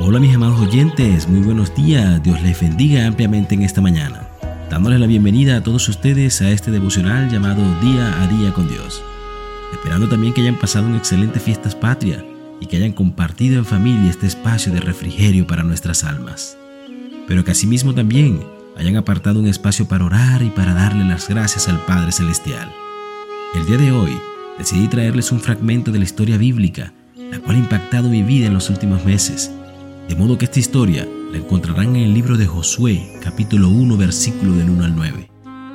Hola mis amados oyentes, muy buenos días, Dios les bendiga ampliamente en esta mañana, dándoles la bienvenida a todos ustedes a este devocional llamado Día a Día con Dios, esperando también que hayan pasado una excelente fiestas patria y que hayan compartido en familia este espacio de refrigerio para nuestras almas, pero que asimismo también hayan apartado un espacio para orar y para darle las gracias al Padre Celestial. El día de hoy decidí traerles un fragmento de la historia bíblica, la cual ha impactado mi vida en los últimos meses. De modo que esta historia la encontrarán en el libro de Josué, capítulo 1, versículo del 1 al 9.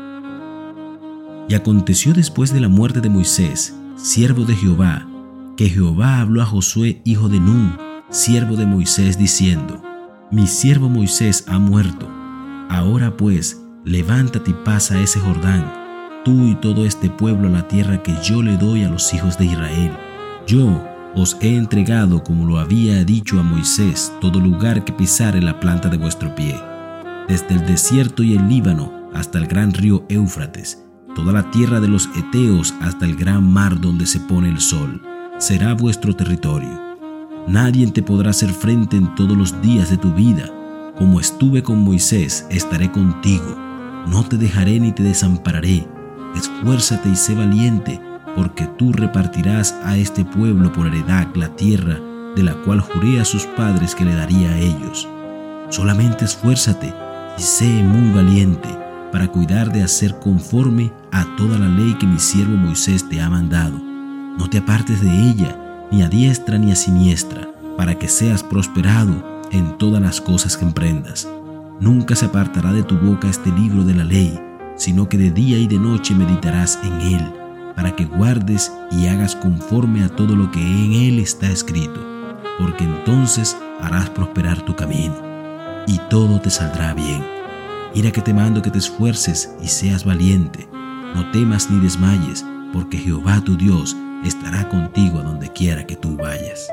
Y aconteció después de la muerte de Moisés, siervo de Jehová, que Jehová habló a Josué, hijo de Nun, siervo de Moisés, diciendo: Mi siervo Moisés ha muerto. Ahora pues, levántate y pasa ese Jordán, tú y todo este pueblo, a la tierra que yo le doy a los hijos de Israel. Yo os he entregado, como lo había dicho a Moisés, todo lugar que pisare la planta de vuestro pie, desde el desierto y el Líbano hasta el gran río Éufrates, toda la tierra de los heteos hasta el gran mar donde se pone el sol, será vuestro territorio. Nadie te podrá hacer frente en todos los días de tu vida. Como estuve con Moisés, estaré contigo. No te dejaré ni te desampararé. Esfuérzate y sé valiente, porque tú repartirás a este pueblo por heredad la tierra de la cual juré a sus padres que le daría a ellos. Solamente esfuérzate y sé muy valiente para cuidar de hacer conforme a toda la ley que mi siervo Moisés te ha mandado. No te apartes de ella, ni a diestra ni a siniestra, para que seas prosperado en todas las cosas que emprendas. Nunca se apartará de tu boca este libro de la ley, sino que de día y de noche meditarás en él, para que guardes y hagas conforme a todo lo que en él está escrito, porque entonces harás prosperar tu camino, y todo te saldrá bien. Mira que te mando que te esfuerces y seas valiente. No temas ni desmayes, porque Jehová tu Dios estará contigo a donde quiera que tú vayas.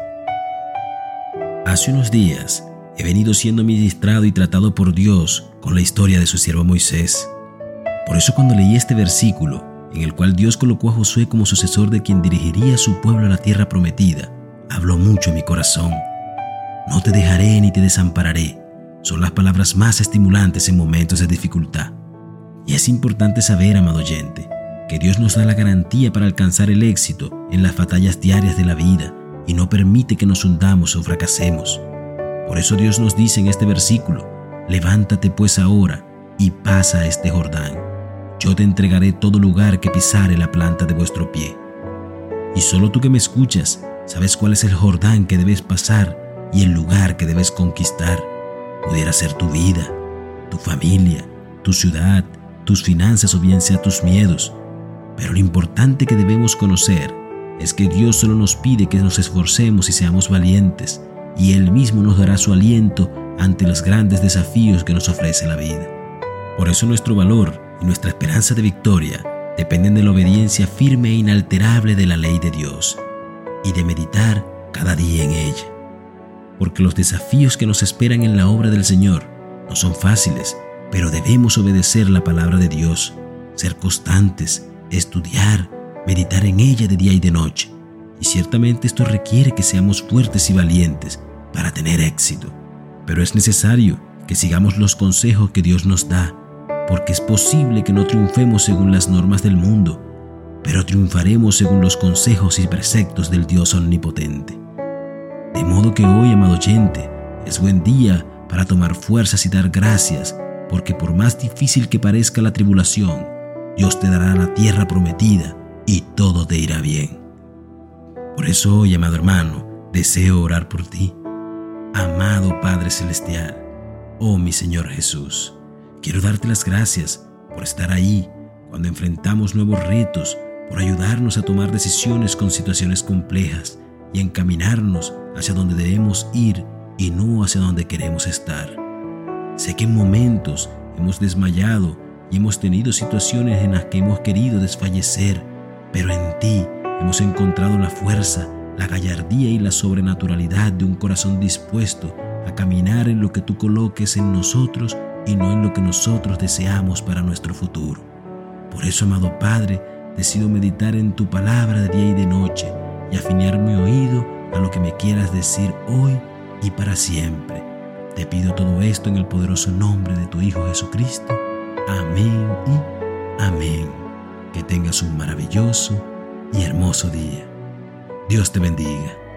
Hace unos días he venido siendo ministrado y tratado por Dios con la historia de su siervo Moisés. Por eso cuando leí este versículo, en el cual Dios colocó a Josué como sucesor de quien dirigiría a su pueblo a la tierra prometida, habló mucho en mi corazón. No te dejaré ni te desampararé, son las palabras más estimulantes en momentos de dificultad. Y es importante saber, amado oyente, que Dios nos da la garantía para alcanzar el éxito en las batallas diarias de la vida y no permite que nos hundamos o fracasemos. Por eso Dios nos dice en este versículo: levántate pues ahora y pasa a este Jordán. Yo te entregaré todo lugar que pisare la planta de vuestro pie. Y solo tú que me escuchas, sabes cuál es el Jordán que debes pasar y el lugar que debes conquistar. Pudiera ser tu vida, tu familia, tu ciudad, tus finanzas o bien sea tus miedos. Pero lo importante que debemos conocer es que Dios solo nos pide que nos esforcemos y seamos valientes, y Él mismo nos dará su aliento ante los grandes desafíos que nos ofrece la vida. Por eso nuestro valor y nuestra esperanza de victoria dependen de la obediencia firme e inalterable de la ley de Dios y de meditar cada día en ella. Porque los desafíos que nos esperan en la obra del Señor no son fáciles, pero debemos obedecer la palabra de Dios, ser constantes, estudiar, meditar en ella de día y de noche. Y ciertamente esto requiere que seamos fuertes y valientes para tener éxito. Pero es necesario que sigamos los consejos que Dios nos da, porque es posible que no triunfemos según las normas del mundo, pero triunfaremos según los consejos y preceptos del Dios omnipotente. De modo que hoy, amado oyente, es buen día para tomar fuerzas y dar gracias, porque por más difícil que parezca la tribulación, Dios te dará la tierra prometida y todo te irá bien. Por eso hoy, amado hermano, deseo orar por ti. Amado Padre Celestial, oh mi Señor Jesús, quiero darte las gracias por estar ahí cuando enfrentamos nuevos retos, por ayudarnos a tomar decisiones con situaciones complejas y encaminarnos hacia donde debemos ir y no hacia donde queremos estar. Sé que en momentos hemos desmayado y hemos tenido situaciones en las que hemos querido desfallecer, pero en ti hemos encontrado la fuerza, la gallardía y la sobrenaturalidad de un corazón dispuesto a caminar en lo que tú coloques en nosotros y no en lo que nosotros deseamos para nuestro futuro. Por eso, amado Padre, decido meditar en tu palabra de día y de noche y afinar mi oído a lo que me quieras decir hoy y para siempre. Te pido todo esto en el poderoso nombre de tu Hijo Jesucristo. Amén y amén. Que tengas un maravilloso y hermoso día. Dios te bendiga.